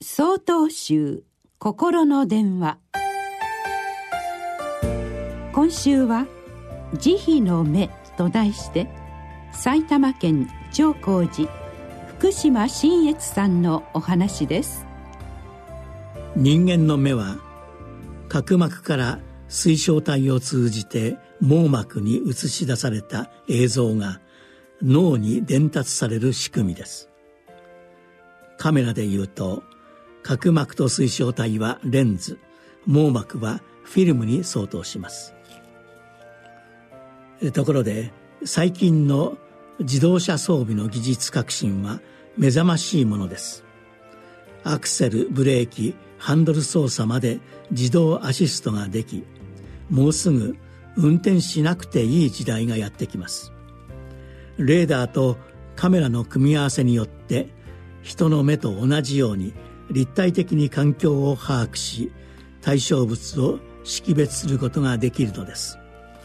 総統集心の電話。今週は慈悲の目と題して、埼玉県長光寺福島信越さんのお話です。 人間の目は角膜から水晶体を通じて網膜に映し出された映像が脳に伝達される仕組みです。カメラでいうと、角膜と水晶体はレンズ、網膜はフィルムに相当します。ところで、最近の自動車装備の技術革新は目覚ましいものです。アクセル、ブレーキ、ハンドル操作まで自動アシストができ、もうすぐ運転しなくていい時代がやってきます。レーダーとカメラの組み合わせによって、人の目と同じように立体的に環境を把握し、対象物を識別することができるのです。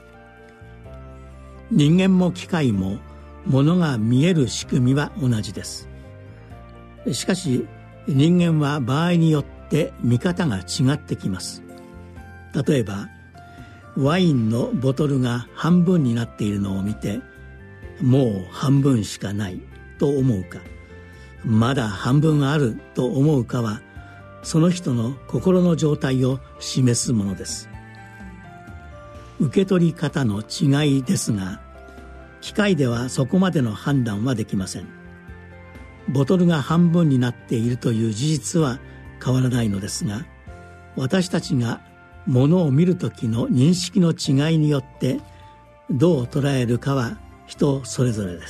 人間も機械も物が見える仕組みは同じです。しかし人間は場合によって見方が違ってきます。例えばワインのボトルが半分になっているのを見て、もう半分しかないと思うか、まだ半分あると思うかは、その人の心の状態を示すものです。受け取り方の違いですが、機械ではそこまでの判断はできません。ボトルが半分になっているという事実は変わらないのですが、私たちが物を見るときの認識の違いによってどう捉えるかは人それぞれです。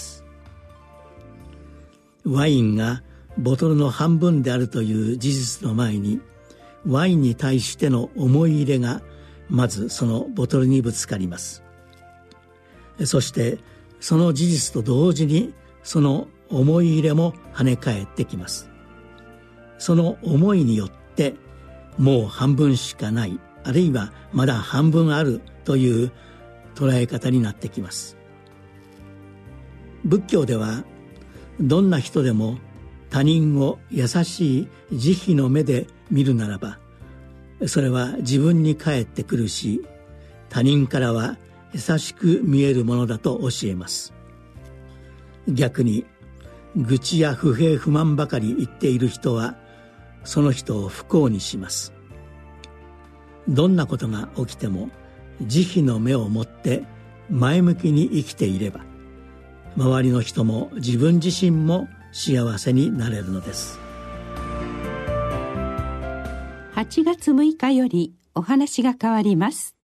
ワインがボトルの半分であるという事実の前に、ワインに対しての思い入れがまずそのボトルにぶつかります。そしてその事実と同時にその思い入れも跳ね返ってきます。その思いによってもう半分しかない、あるいはまだ半分あるという捉え方になってきます。仏教ではどんな人でも他人を優しい慈悲の目で見るならば、それは自分に返ってくるし、他人からは優しく見えるものだと教えます。逆に愚痴や不平不満ばかり言っている人は、その人を不幸にします。どんなことが起きても慈悲の目を持って前向きに生きていれば、周りの人も自分自身も幸せになれるのです。 8月6日よりお話が変わります。